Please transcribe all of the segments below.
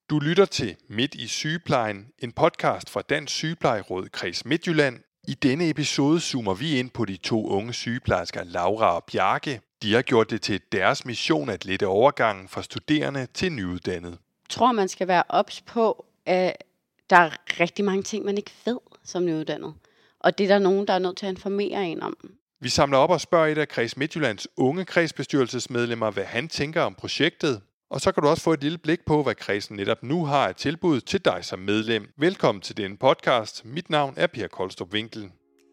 Du lytter til Midt i Sygeplejen, en podcast fra Dansk Sygeplejeråd Kreds Midtjylland. I denne episode zoomer vi ind på de to unge sygeplejersker Laura og Bjarke. De har gjort det til deres mission at lette overgangen fra studerende til nyuddannede. Jeg tror, man skal være ops på, at der er rigtig mange ting, man ikke ved som nyuddannet. Og det er der nogen, der er nødt til at informere en om. Vi samler op og spørger et af Kreds Midtjyllands unge kredsbestyrelsesmedlemmer, hvad han tænker om projektet. Og så kan du også få et lille blik på, hvad kredsen netop nu har et tilbud til dig som medlem. Velkommen til denne podcast. Mit navn er Per Kolstrup Winkel.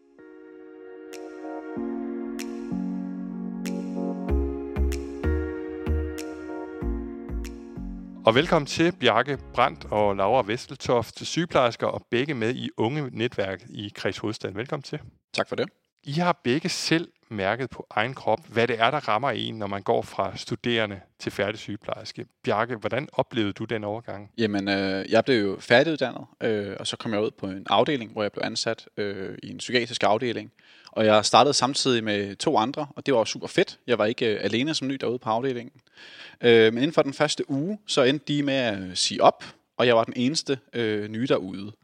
Og velkommen til Bjarke Brandt og Laura Vesteltoft, sygeplejersker og begge med i Unge Netværk i Kreds Hovedstaden. Velkommen til. Tak for det. I har begge selv mærket på egen krop, hvad det er, der rammer en, når man går fra studerende til færdig sygeplejerske. Bjarke, hvordan oplevede du den overgang? Jamen, jeg blev jo færdiguddannet, og så kom jeg ud på en afdeling, hvor jeg blev ansat i en psykiatrisk afdeling. Og jeg startede samtidig med 2 andre, og det var super fedt. Jeg var ikke alene som ny derude på afdelingen. Men inden for den første uge, så endte de med at sige op, og jeg var den eneste nye derude.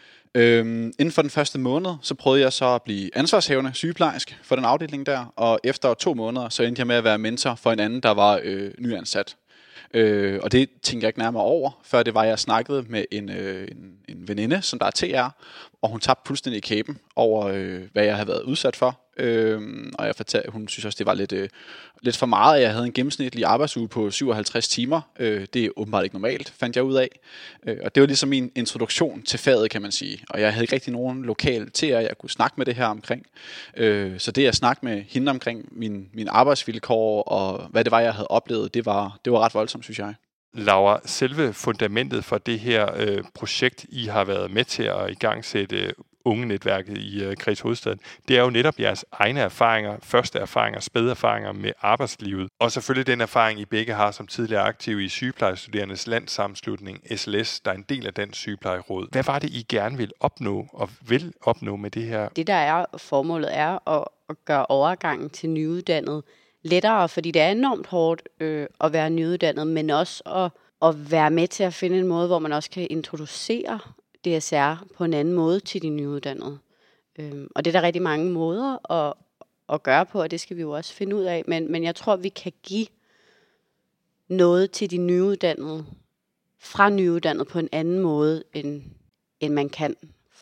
Inden for den første måned, så prøvede jeg så at blive ansvarshævende sygeplejerske for den afdeling der, og efter 2 måneder, så endte jeg med at være mentor for en anden, der var nyansat. Og det tænkte jeg ikke nærmere over, før det var, jeg snakkede med en veninde, som der er TR, og hun tabte fuldstændig i kæben over, hvad jeg havde været udsat for. Og jeg fortalte, hun synes også, det var lidt for meget, at jeg havde en gennemsnitlig arbejdsuge på 57 timer. Det er åbenbart ikke normalt, fandt jeg ud af. Og det var ligesom min introduktion til faget, kan man sige. Og jeg havde ikke rigtig nogen lokal TR, jeg kunne snakke med det her omkring. Så det at snakke med hende omkring min arbejdsvilkår og hvad det var, jeg havde oplevet, det var ret voldsomt, synes jeg. Laura, selve fundamentet for det her projekt, I har været med til at igangsætte unge netværket i Kreds Hovedstaden, det er jo netop jeres egne erfaringer, første erfaringer, spæde erfaringer med arbejdslivet, og selvfølgelig den erfaring, I begge har som tidligere aktive i Sygeplejestuderendes Landssammenslutning, SLS, der er en del af Dansk Sygeplejeråd. Hvad var det, I gerne vil opnå og vil opnå med det her? Det, der er formålet, er at gøre overgangen til nyuddannet lettere, fordi det er enormt hårdt at være nyuddannet, men også at være med til at finde en måde, hvor man også kan introducere DSR på en anden måde til de nyuddannede. Og det er der rigtig mange måder at gøre på, og det skal vi jo også finde ud af. Men jeg tror, vi kan give noget til de nyuddannede, fra nyuddannede på en anden måde, end man kan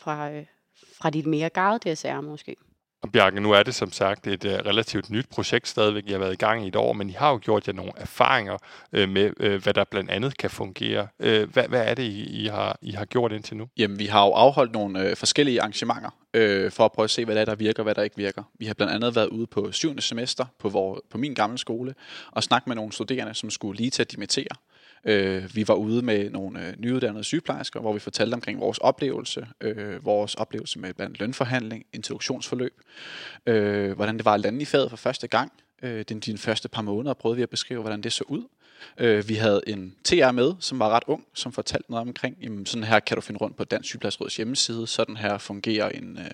fra de mere garvede DSR måske. Og Bjarke, nu er det som sagt et relativt nyt projekt stadigvæk. I har været i gang i et år, men I har jo gjort jer nogle erfaringer med, hvad der blandt andet kan fungere. Hvad er det, I har gjort indtil nu? Jamen, vi har jo afholdt nogle forskellige arrangementer for at prøve at se, hvad der virker og hvad der ikke virker. Vi har blandt andet været ude på 7. semester på min gamle skole og snakket med nogle studerende, som skulle lige til at dimittere. Vi var ude med nogle nyuddannede sygeplejersker, hvor vi fortalte omkring vores oplevelse med blandt lønforhandling, introduktionsforløb, hvordan det var at lande i faget for første gang. De første par måneder prøvede vi at beskrive, hvordan det så ud. Vi havde en TR med, som var ret ung, som fortalte noget omkring, jamen, sådan her kan du finde rundt på Dansk Sygeplejeråds hjemmeside, sådan her fungerer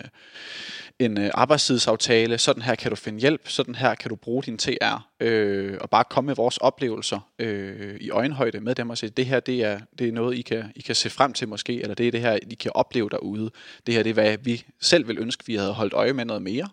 en arbejdstidsaftale, sådan her kan du finde hjælp, sådan her kan du bruge din TR, og bare komme med vores oplevelser i øjenhøjde med dem og sige, det her det er noget, I kan se frem til måske, eller det er det her, I kan opleve derude. Det her det er, hvad vi selv vil ønske, vi havde holdt øje med noget mere.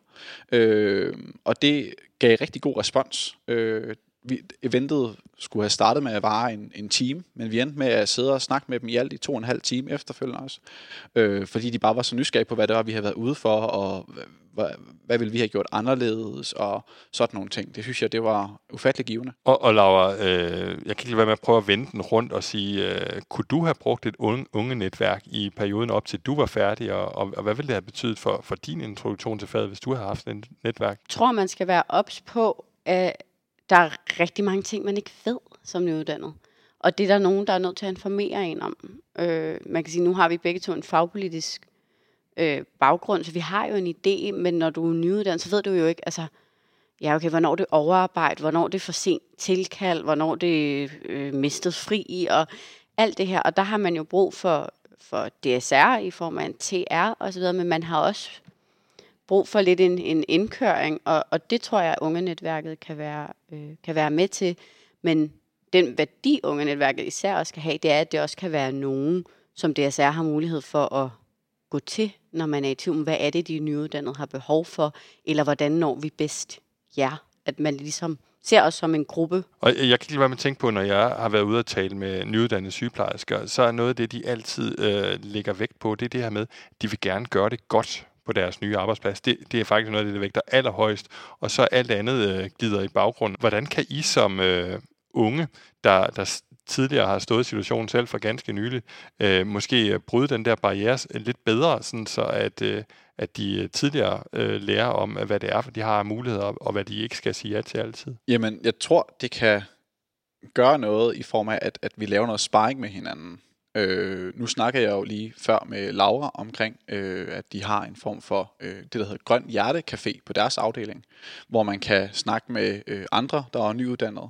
Og det gav rigtig god respons. Eventet skulle have startet med at vare en time, men vi endte med at sidde og snakke med dem i alt i 2,5 timer efterfølgende også. Fordi de bare var så nysgerrige på, hvad det var, vi havde været ude for, og hvad ville vi have gjort anderledes, og sådan nogle ting. Det synes jeg, det var ufattelig givende. Og Laura, jeg kan ikke lade være med at prøve at vende den rundt og sige, kunne du have brugt et unge netværk i perioden op til du var færdig, og hvad ville det have betydet for din introduktion til faget, hvis du havde haft et netværk? Jeg tror, man skal være ops på, at der er rigtig mange ting, man ikke ved som nyuddannet. Og det er der nogen, der er nødt til at informere en om. Man kan sige, nu har vi begge to en fagpolitisk baggrund, så vi har jo en idé, men når du er nyuddannet, så ved du jo ikke, altså, ja okay, hvornår det er overarbejde, hvornår det er for sent tilkald, hvornår det er mistet fri, og alt det her. Og der har man jo brug for DSR i form af en TR og så videre, men man har også brug for lidt en indkøring, og det tror jeg, at unge netværket kan være med til. Men den værdi, ungenetværket især også skal have, det er, at det også kan være nogen, som DSR har mulighed for at gå til, når man er i tvivl om, hvad er det, de nyuddannede har behov for, eller hvordan når vi bedst jer. At man ligesom ser os som en gruppe. Og jeg kan ikke lade være med at tænke på, når jeg har været ude at tale med nyuddannede sygeplejersker, så er noget af det, de altid lægger vægt på, det er det her med, de vil gerne gøre det godt på deres nye arbejdsplads. Det er faktisk noget af det, der vægter allerhøjst, og så alt andet glider i baggrunden. Hvordan kan I som unge, der tidligere har stået i situationen selv for ganske nylig, måske bryde den der barriere lidt bedre, sådan så at de tidligere lærer om, hvad det er, for de har muligheder, og hvad de ikke skal sige ja til altid? Jamen, jeg tror, det kan gøre noget i form af, at vi laver noget sparring med hinanden. Nu snakker jeg jo lige før med Laura omkring, at de har en form for det, der hedder Grøn Hjerte Café på deres afdeling, hvor man kan snakke med andre, der er nyuddannede.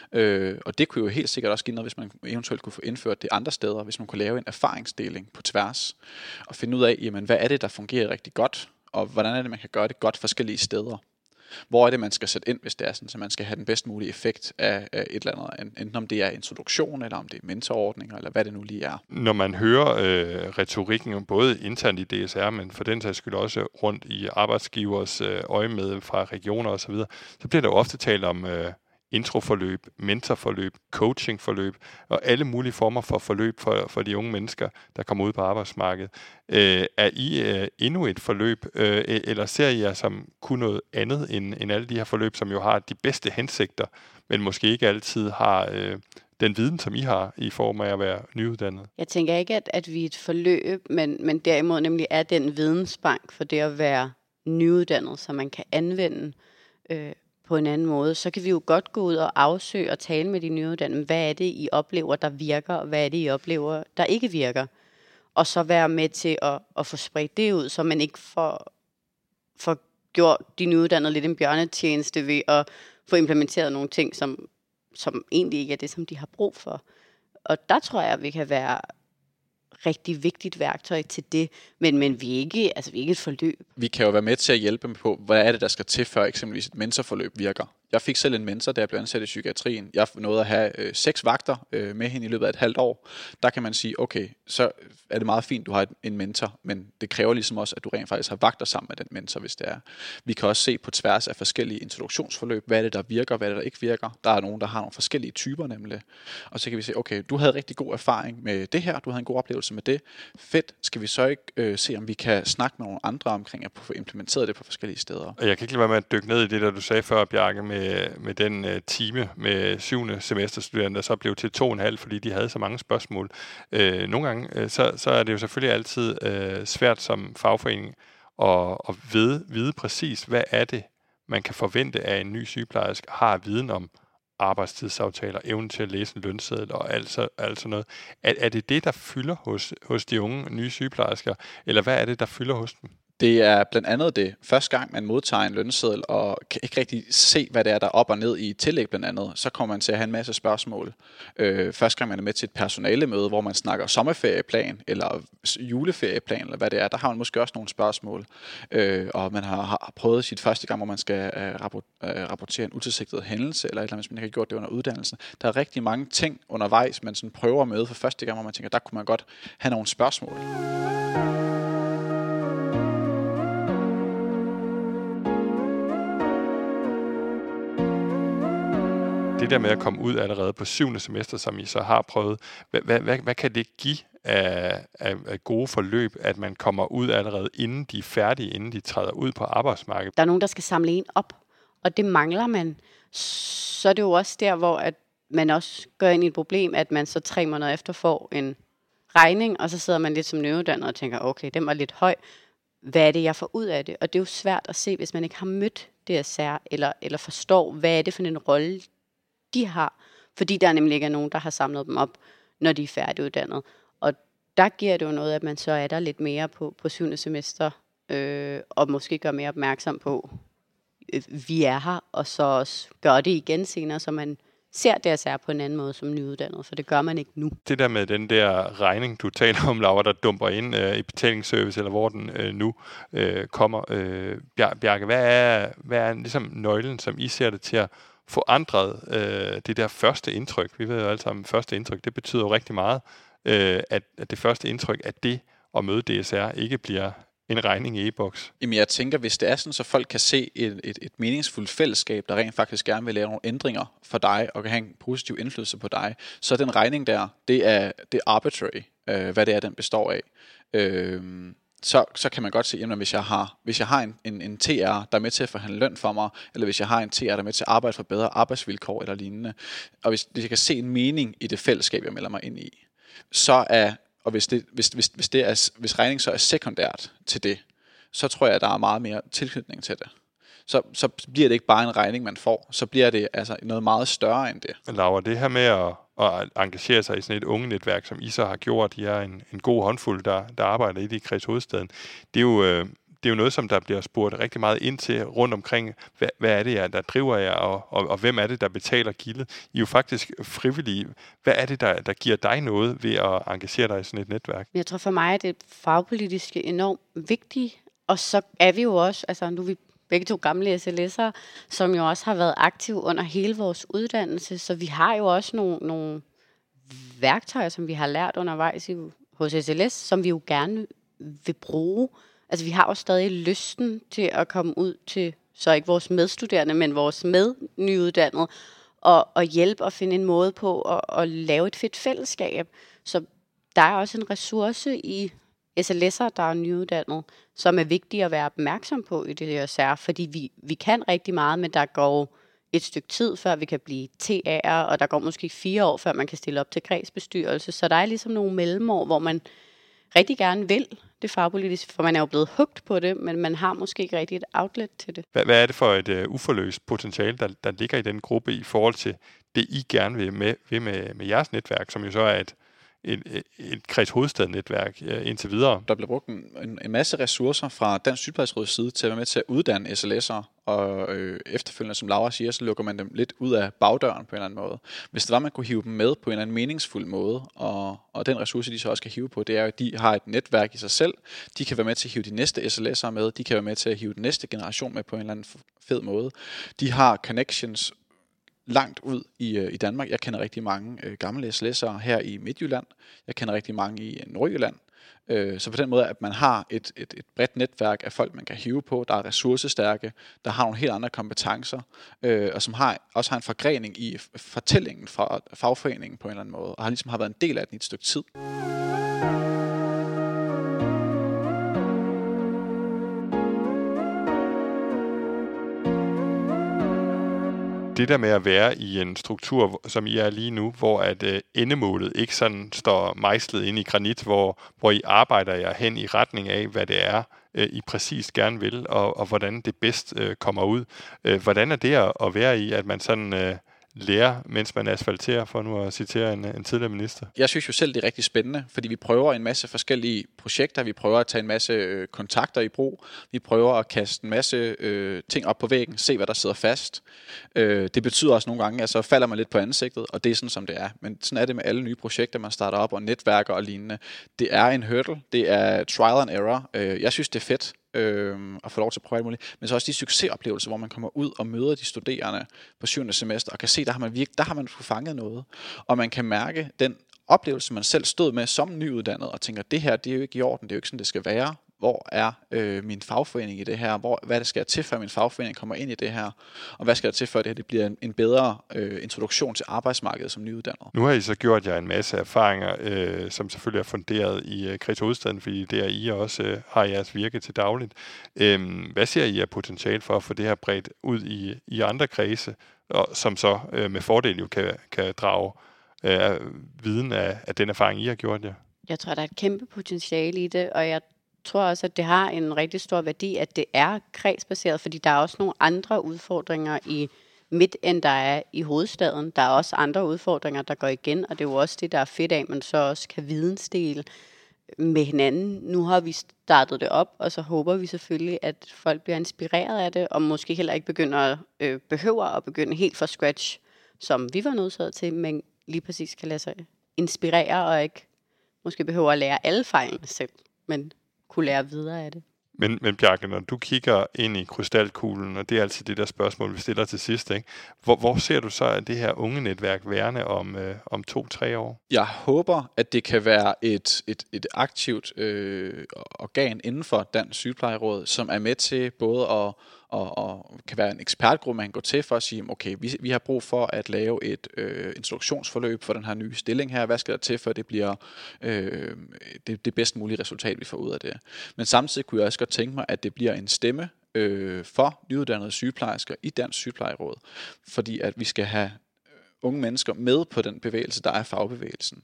Og det kunne jo helt sikkert også give noget, hvis man eventuelt kunne få indført det andre steder, hvis man kunne lave en erfaringsdeling på tværs, og finde ud af, jamen, hvad er det, der fungerer rigtig godt, og hvordan er det, man kan gøre det godt forskellige steder. Hvor er det, man skal sætte ind, hvis det er sådan, så man skal have den bedst mulige effekt af et eller andet, enten om det er introduktion, eller om det er mentorordninger, eller hvad det nu lige er. Når man hører retorikken, både internt i DSR, men for den sags skyld også rundt i arbejdsgivers øje med fra regioner osv., så bliver der jo ofte talt om introforløb, mentorforløb, coachingforløb og alle mulige former for forløb for de unge mennesker, der kommer ud på arbejdsmarkedet. Er I endnu et forløb, eller ser I jer som kun noget andet end alle de her forløb, som jo har de bedste hensigter, men måske ikke altid har den viden, som I har i form af at være nyuddannet? Jeg tænker ikke, at vi er et forløb, men derimod nemlig er den vidensbank for det at være nyuddannet, så man kan anvende på en anden måde. Så kan vi jo godt gå ud og afsøge og tale med de nyuddannede. Hvad er det, I oplever, der virker, og hvad er det, I oplever, der ikke virker? Og så være med til at få spredt det ud, så man ikke får gjort de nyuddannede lidt en bjørnetjeneste ved at få implementeret nogle ting, som egentlig ikke er det, som de har brug for. Og der tror jeg, at vi kan være rigtig vigtigt værktøj til det, men vi er ikke et forløb. Vi kan jo være med til at hjælpe dem på, hvad er det, der skal til, før eksempelvis et mentorforløb virker. Jeg fik selv en mentor, da jeg blev ansat i psykiatrien. Jeg nåede at have 6 vagter med hende i løbet af et halvt år. Der kan man sige, okay, så er det meget fint, du har en mentor, men det kræver ligesom også, at du rent faktisk har vagter sammen med den mentor, hvis det er. Vi kan også se på tværs af forskellige introduktionsforløb, hvad er det, der virker, hvad er det, der ikke virker. Der er nogen, der har nogle forskellige typer nemlig. Og så kan vi se, okay, du havde rigtig god erfaring med det her, du havde en god oplevelse med det. Fedt, skal vi så ikke se, om vi kan snakke med nogle andre omkring at få implementeret det på forskellige steder. Og jeg kan ikke lade være med at dykke ned i det, der du sagde før, Bjarke, med den time med 7. semesterstuderende, der så blev til 2,5, fordi de havde så mange spørgsmål. Nogle gange, så er det jo selvfølgelig altid svært som fagforening at vide præcis, hvad er det, man kan forvente af en ny sygeplejerske, har viden om arbejdstidsaftaler, evnen til at læse en lønseddel og alt sådan noget. Er det det, der fylder hos de unge nye sygeplejersker, eller hvad er det, der fylder hos dem? Det er blandt andet det. Første gang, man modtager en lønseddel og kan ikke rigtig se, hvad det er, der er op og ned i tillæg blandt andet, så kommer man til at have en masse spørgsmål. Første gang, man er med til et personalemøde, hvor man snakker sommerferieplan eller juleferieplan, eller hvad det er, der har man måske også nogle spørgsmål. Og man har prøvet sit første gang, hvor man skal rapportere en utilsigtet hændelse, eller et eller andet, hvis man ikke har gjort det under uddannelsen. Der er rigtig mange ting undervejs, man sådan prøver med for første gang, hvor man tænker, der kunne man godt have nogle spørgsmål. Det der med at komme ud allerede på 7. semester, som I så har prøvet, hvad kan det give af gode forløb, at man kommer ud allerede inden de er færdige, inden de træder ud på arbejdsmarkedet? Der er nogen, der skal samle en op, og det mangler man. Så er det jo også der, hvor at man også går ind i et problem, at man så 3 måneder efter får en regning, og så sidder man lidt som nyuddannet og tænker, okay, den var lidt høj. Hvad er det, jeg får ud af det? Og det er jo svært at se, hvis man ikke har mødt DSR, eller forstår, hvad er det for en rolle, de har, fordi der nemlig ikke er nogen, der har samlet dem op, når de er færdiguddannet. Og der giver det jo noget, at man så er der lidt mere på 7. semester, og måske gør mere opmærksom på, vi er her, og så også gør det igen senere, så man ser DSR på en anden måde som nyuddannet, for det gør man ikke nu. Det der med den der regning, du taler om, Laura, der dumper ind i betalingsservice, eller hvor den nu kommer. Bjarke, hvad er ligesom nøglen, som I ser det til at forandret det der første indtryk. Vi ved jo alle sammen, at første indtryk, det betyder jo rigtig meget, at det første indtryk, at det at møde DSR ikke bliver en regning i e-boks. Jamen jeg tænker, hvis det er sådan, så folk kan se et meningsfuldt fællesskab, der rent faktisk gerne vil lave nogle ændringer for dig, og kan have en positiv indflydelse på dig, så er den regning der, det er arbitrary, hvad det er, den består af. Så kan man godt se, at hvis jeg har en TR, der er med til at forhandle løn for mig, eller hvis jeg har en TR, der er med til at arbejde for bedre arbejdsvilkår eller lignende, og hvis jeg kan se en mening i det fællesskab, jeg melder mig ind i, og hvis regningen så er sekundært til det, så tror jeg, at der er meget mere tilknytning til det. Så bliver det ikke bare en regning, man får, så bliver det altså noget meget større end det. Laura, det her med at engagere sig i sådan et unge-netværk, som I så har gjort, I er en god håndfuld, der arbejder i det i Kreds Hovedstaden, det er jo noget, som der bliver spurgt rigtig meget ind til rundt omkring, hvad er det, der driver jer, og hvem er det, der betaler gildet? I er jo faktisk frivillige. Hvad er det, der giver dig noget ved at engagere dig i sådan et netværk? Jeg tror for mig, at det fagpolitiske enormt vigtigt, og så er vi jo også, altså nu er vi begge to gamle SLS'ere, som jo også har været aktive under hele vores uddannelse, så vi har jo også nogle værktøjer, som vi har lært undervejs hos SLS, som vi jo gerne vil bruge. Altså vi har jo stadig lysten til at komme ud til, så ikke vores medstuderende, men vores mednyuddannede, og hjælpe og finde en måde på at lave et fedt fællesskab. Så der er også en ressource i SLS'er, der er nyuddannet, som er vigtigt at være opmærksom på i det DSR, fordi vi kan rigtig meget, men der går et stykke tid, før vi kan blive TA'er, og der går måske 4 år, før man kan stille op til kredsbestyrelse. Så der er ligesom nogle mellemår, hvor man rigtig gerne vil det fagpolitiske, for man er jo blevet hugt på det, men man har måske ikke rigtig et outlet til det. Hvad er det for et uforløst potentiale, der ligger i den gruppe i forhold til det, I gerne vil med jeres netværk, som jo så er et Kreds Hovedstaden-netværk indtil videre? Der bliver brugt en masse ressourcer fra Dansk Sygeplejeråds side til at være med til at uddanne SLS'ere, og efterfølgende, som Laura siger, så lukker man dem lidt ud af bagdøren på en eller anden måde. Hvis det var, man kunne hive dem med på en eller anden meningsfuld måde, og den ressource, de så også kan hive på, det er, at de har et netværk i sig selv. De kan være med til at hive de næste SLS'ere med, de kan være med til at hive den næste generation med på en eller anden fed måde. De har connections langt ud i Danmark. Jeg kender rigtig mange gamle SLS'ere her i Midtjylland. Jeg kender rigtig mange i Nordjylland. Så på den måde, at man har et bredt netværk af folk, man kan hive på, der er ressourcestærke, der har nogle helt andre kompetencer, og som også har en forgrening i fortællingen fra fagforeningen på en eller anden måde, og har været en del af den i et stykke tid. Det der med at være i en struktur, som I er lige nu, hvor at endemålet ikke sådan står mejslet ind i granit, hvor I arbejder jer hen i retning af, hvad det er, I præcist gerne vil, og hvordan det bedst kommer ud. Hvordan er det at være i, at man sådan lærer, mens man asfalterer, for nu at citere en tidligere minister? Jeg synes jo selv, det er rigtig spændende, fordi vi prøver en masse forskellige projekter, vi prøver at tage en masse kontakter i brug, vi prøver at kaste en masse ting op på væggen, se hvad der sidder fast. Det betyder også nogle gange, at så falder man lidt på ansigtet, og det er sådan, som det er. Men sådan er det med alle nye projekter, man starter op, og netværker og lignende. Det er en hurdle, det er trial and error. Jeg synes, det er fedt at få lov til at prøve alt muligt, men så også de succesoplevelser, hvor man kommer ud og møder de studerende på 7. semester, og kan se, der har man fanget noget, og man kan mærke den oplevelse, man selv stod med som nyuddannet, og tænker, det her, det er jo ikke i orden, det er jo ikke sådan, det skal være. Hvor er min fagforening i det her? Hvad skal der til, før min fagforening kommer ind i det her? Og hvad skal der til, før det bliver en bedre introduktion til arbejdsmarkedet som nyuddannet? Nu har I så gjort jer en masse erfaringer, som selvfølgelig er funderet i Kreds Hovedstaden, fordi det er I også har jeres virke til dagligt. Hvad ser I af potentiale for at få det her bredt ud i andre kredse, som så med fordel jo kan drage viden af den erfaring, I har gjort jer? Jeg tror, der er et kæmpe potentiale i det, og jeg tror også, at det har en rigtig stor værdi, at det er kredsbaseret, fordi der er også nogle andre udfordringer i midt, end der er i hovedstaden. Der er også andre udfordringer, der går igen, og det er jo også det, der er fedt af, at man så også kan vidensdele med hinanden. Nu har vi startet det op, og så håber vi selvfølgelig, at folk bliver inspireret af det, og måske heller ikke behøver at begynde helt fra scratch, som vi var nødsaget til, men lige præcis kan lade sig inspirere, og ikke måske behøver at lære alle fejlene selv, men kunne lære videre af det. Men Bjarke, når du kigger ind i krystalkuglen, og det er altid det der spørgsmål, vi stiller til sidst, ikke? Hvor ser du så, at det her unge netværk værende om 2-3 år? Jeg håber, at det kan være et aktivt organ inden for Dansk Sygeplejeråd, som er med til både at kan være en ekspertgruppe, man kan gå til for at sige, okay, vi har brug for at lave et instruktionsforløb for den her nye stilling her. Hvad skal der til, for det bliver det bedst mulige resultat, vi får ud af det? Men samtidig kunne jeg også godt tænke mig, at det bliver en stemme for nyuddannede sygeplejersker i Dansk Sygeplejeråd, fordi at vi skal have unge mennesker med på den bevægelse, der er fagbevægelsen.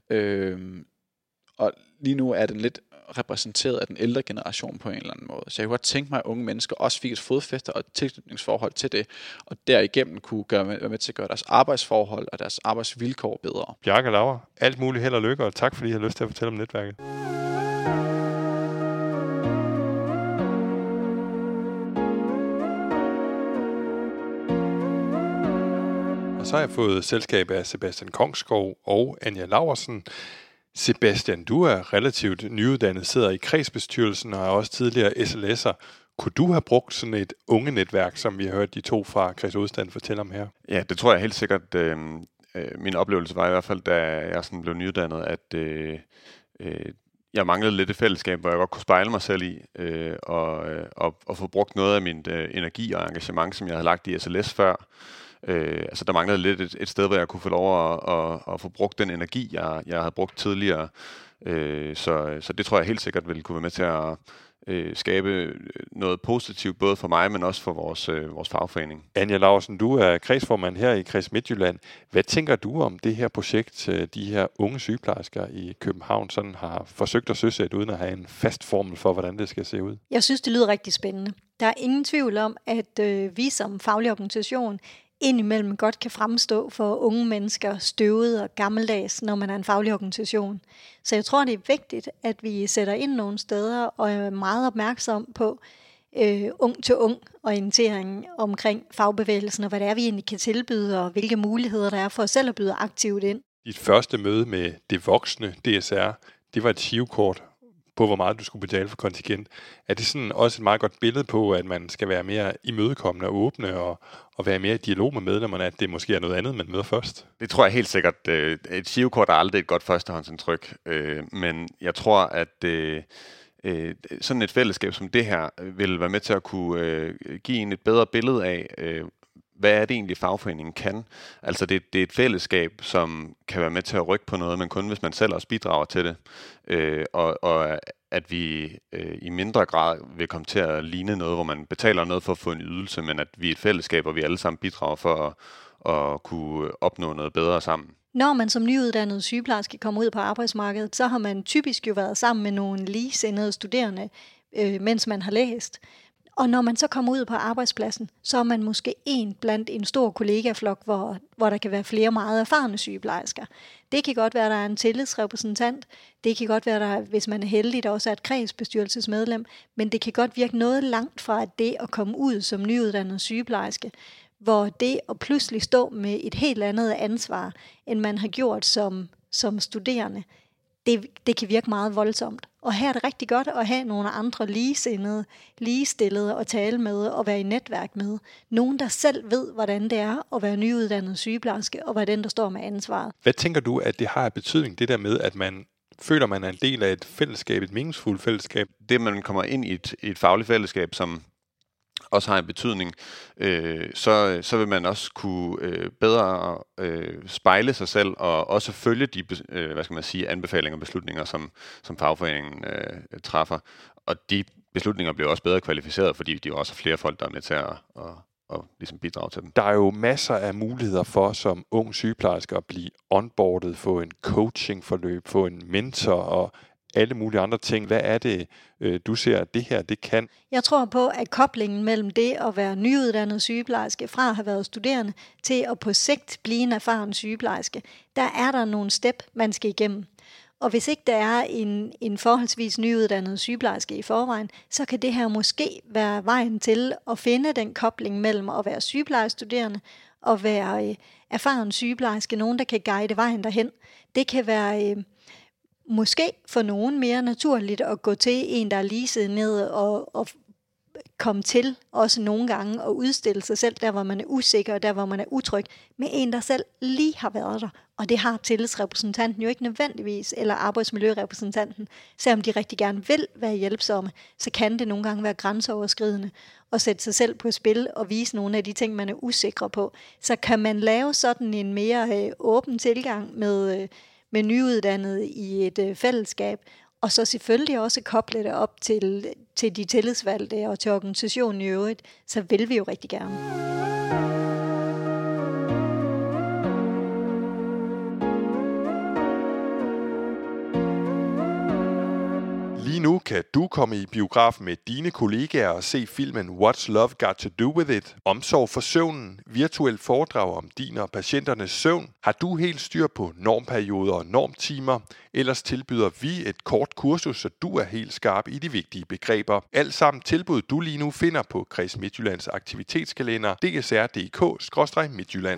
Og lige nu er den lidt repræsenteret af den ældre generation på en eller anden måde. Så jeg kunne godt tænke mig, at unge mennesker også fik et fodfæste og et tilknytningsforhold til det, og derigennem kunne være med til at gøre deres arbejdsforhold og deres arbejdsvilkår bedre. Bjarke Laura, alt muligt held og lykke, og tak fordi I har lyst til at fortælle om netværket. Så har jeg fået selskab af Sebastian Kongsgaard og Anja Laursen. Sebastian, du er relativt nyuddannet, sidder i kredsbestyrelsen og er også tidligere SLS'er. Kunne du have brugt sådan et unge netværk, som vi har hørt de to fra Kreds Hovedstaden fortælle om her? Ja, det tror jeg helt sikkert. Min oplevelse var i hvert fald, da jeg sådan blev nyuddannet, at jeg manglede lidt et fællesskab, hvor jeg godt kunne spejle mig selv i, og få brugt noget af min energi og engagement, som jeg havde lagt i SLS før. Altså der manglede lidt et sted, hvor jeg kunne få lov at få brugt den energi, jeg havde brugt tidligere. Så det tror jeg helt sikkert ville kunne være med til at skabe noget positivt, både for mig, men også for vores fagforening. Anja Laursen, du er kredsformand her i Kreds Midtjylland. Hvad tænker du om det her projekt, de her unge sygeplejersker i København sådan har forsøgt at søsætte, uden at have en fast formel for, hvordan det skal se ud? Jeg synes, det lyder rigtig spændende. Der er ingen tvivl om, at vi som faglig organisation indimellem godt kan fremstå for unge mennesker støvet og gammeldags, når man er en faglig organisation. Så jeg tror, det er vigtigt, at vi sætter ind nogle steder og er meget opmærksom på ung-til-ung orientering omkring fagbevægelsen, og hvad det er, vi egentlig kan tilbyde, og hvilke muligheder der er for os selv at byde aktivt ind. Dit første møde med det voksne DSR, det var et girokort på, hvor meget du skulle betale for kontingent. Er det sådan også et meget godt billede på, at man skal være mere imødekommende og åbne og være mere i dialog med medlemmerne, at det måske er noget andet, man møder først? Det tror jeg helt sikkert. Et girokort er aldrig et godt førstehåndsindtryk, men jeg tror, at sådan et fællesskab som det her vil være med til at kunne give en et bedre billede af, hvad er det egentlig, fagforeningen kan? Altså det er et fællesskab, som kan være med til at rykke på noget, men kun hvis man selv også bidrager til det. Og at vi i mindre grad vil komme til at ligne noget, hvor man betaler noget for at få en ydelse, men at vi er et fællesskab, hvor vi alle sammen bidrager for at kunne opnå noget bedre sammen. Når man som nyuddannet sygeplejerske kommer ud på arbejdsmarkedet, så har man typisk jo været sammen med nogle ligesindede studerende, mens man har læst. Og når man så kommer ud på arbejdspladsen, så er man måske en blandt en stor kollegaflok, hvor der kan være flere meget erfarne sygeplejersker. Det kan godt være, der er en tillidsrepræsentant. Det kan godt være, der, hvis man er heldig, der også er et kredsbestyrelsesmedlem. Men det kan godt virke noget langt fra det at komme ud som nyuddannet sygeplejerske, hvor det at pludselig stå med et helt andet ansvar, end man har gjort som studerende, det kan virke meget voldsomt. Og her er det rigtig godt at have nogle andre ligesindede, ligestillede at tale med og være i netværk med. Nogen, der selv ved, hvordan det er at være nyuddannet sygeplejerske, og hvordan der står med ansvaret. Hvad tænker du, at det har af betydning, det der med, at man føler, man er en del af et fællesskab, et meningsfuldt fællesskab? Det, man kommer ind i et fagligt fællesskab, som også har en betydning, så vil man også kunne bedre spejle sig selv og også følge de anbefalinger og beslutninger, som fagforeningen træffer. Og de beslutninger bliver også bedre kvalificeret, fordi de også har flere folk, der er med til at ligesom bidrage til dem. Der er jo masser af muligheder for som ung sygeplejerske at blive onboardet, få en coachingforløb, få en mentor og alle mulige andre ting. Hvad er det, du ser, at det her det kan? Jeg tror på, at koblingen mellem det at være nyuddannet sygeplejerske fra at have været studerende til at på sigt blive en erfaren sygeplejerske, der er der nogle step, man skal igennem. Og hvis ikke der er en forholdsvis nyuddannet sygeplejerske i forvejen, så kan det her måske være vejen til at finde den kobling mellem at være sygeplejestuderende og være erfaren sygeplejerske, nogen der kan guide vejen derhen. Det kan være måske for nogen mere naturligt at gå til en, der er lige siddet ned og komme til også nogle gange at udstille sig selv, der hvor man er usikker, og der hvor man er utryg, med en, der selv lige har været der. Og det har tillidsrepræsentanten jo ikke nødvendigvis, eller arbejdsmiljørepræsentanten. Selvom de rigtig gerne vil være hjælpsomme, så kan det nogle gange være grænseoverskridende at sætte sig selv på spil og vise nogle af de ting, man er usikre på. Så kan man lave sådan en mere åben tilgang med nyuddannede i et fællesskab, og så selvfølgelig også koble det op til de tillidsvalgte og til organisationen i øvrigt, så vil vi jo rigtig gerne. Lige nu kan du komme i biografen med dine kollegaer og se filmen What's Love Got to Do With It? Omsorg for søvnen, virtuelt foredrag om din og patienternes søvn. Har du helt styr på normperioder og normtimer? Ellers tilbyder vi et kort kursus, så du er helt skarp i de vigtige begreber. Alt sammen tilbud, du lige nu finder på Kreds Midtjyllands aktivitetskalender dsr.dk/Midtjylland.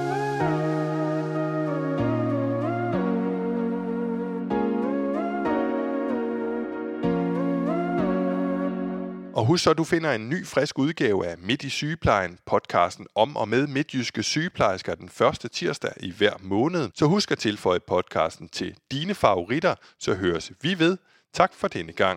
Og husk så, at du finder en ny, frisk udgave af Midt i Sygeplejen, podcasten om og med midtjyske sygeplejersker den første tirsdag i hver måned. Så husk at tilføje podcasten til dine favoritter, så høres vi ved. Tak for denne gang.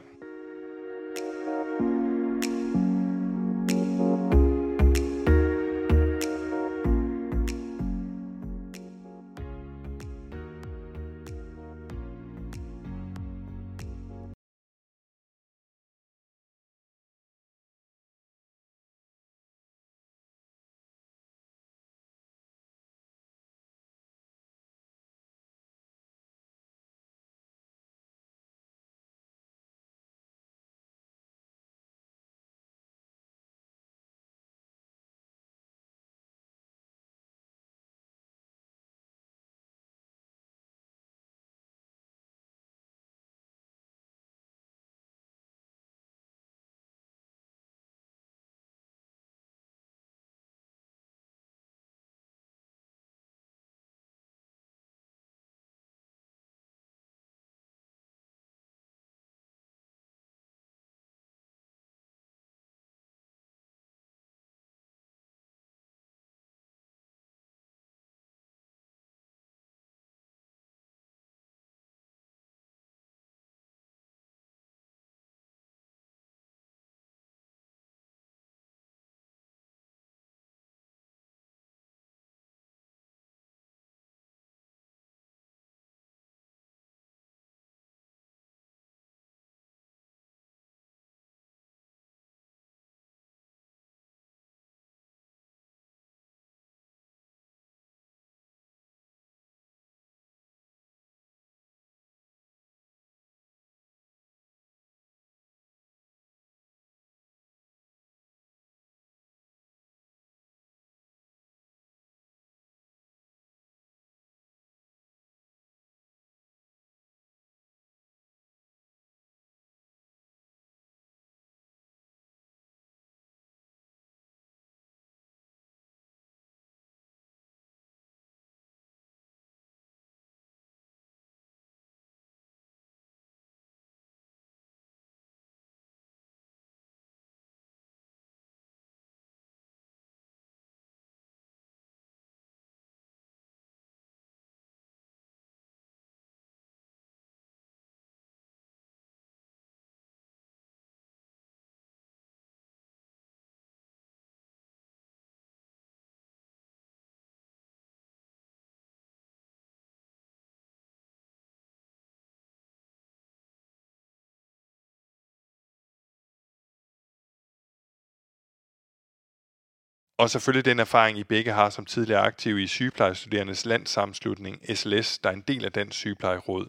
Og selvfølgelig den erfaring, I begge har som tidligere aktive i Sygeplejestuderendes Landssammenslutning, SLS, der er en del af Dansk Sygeplejeråd.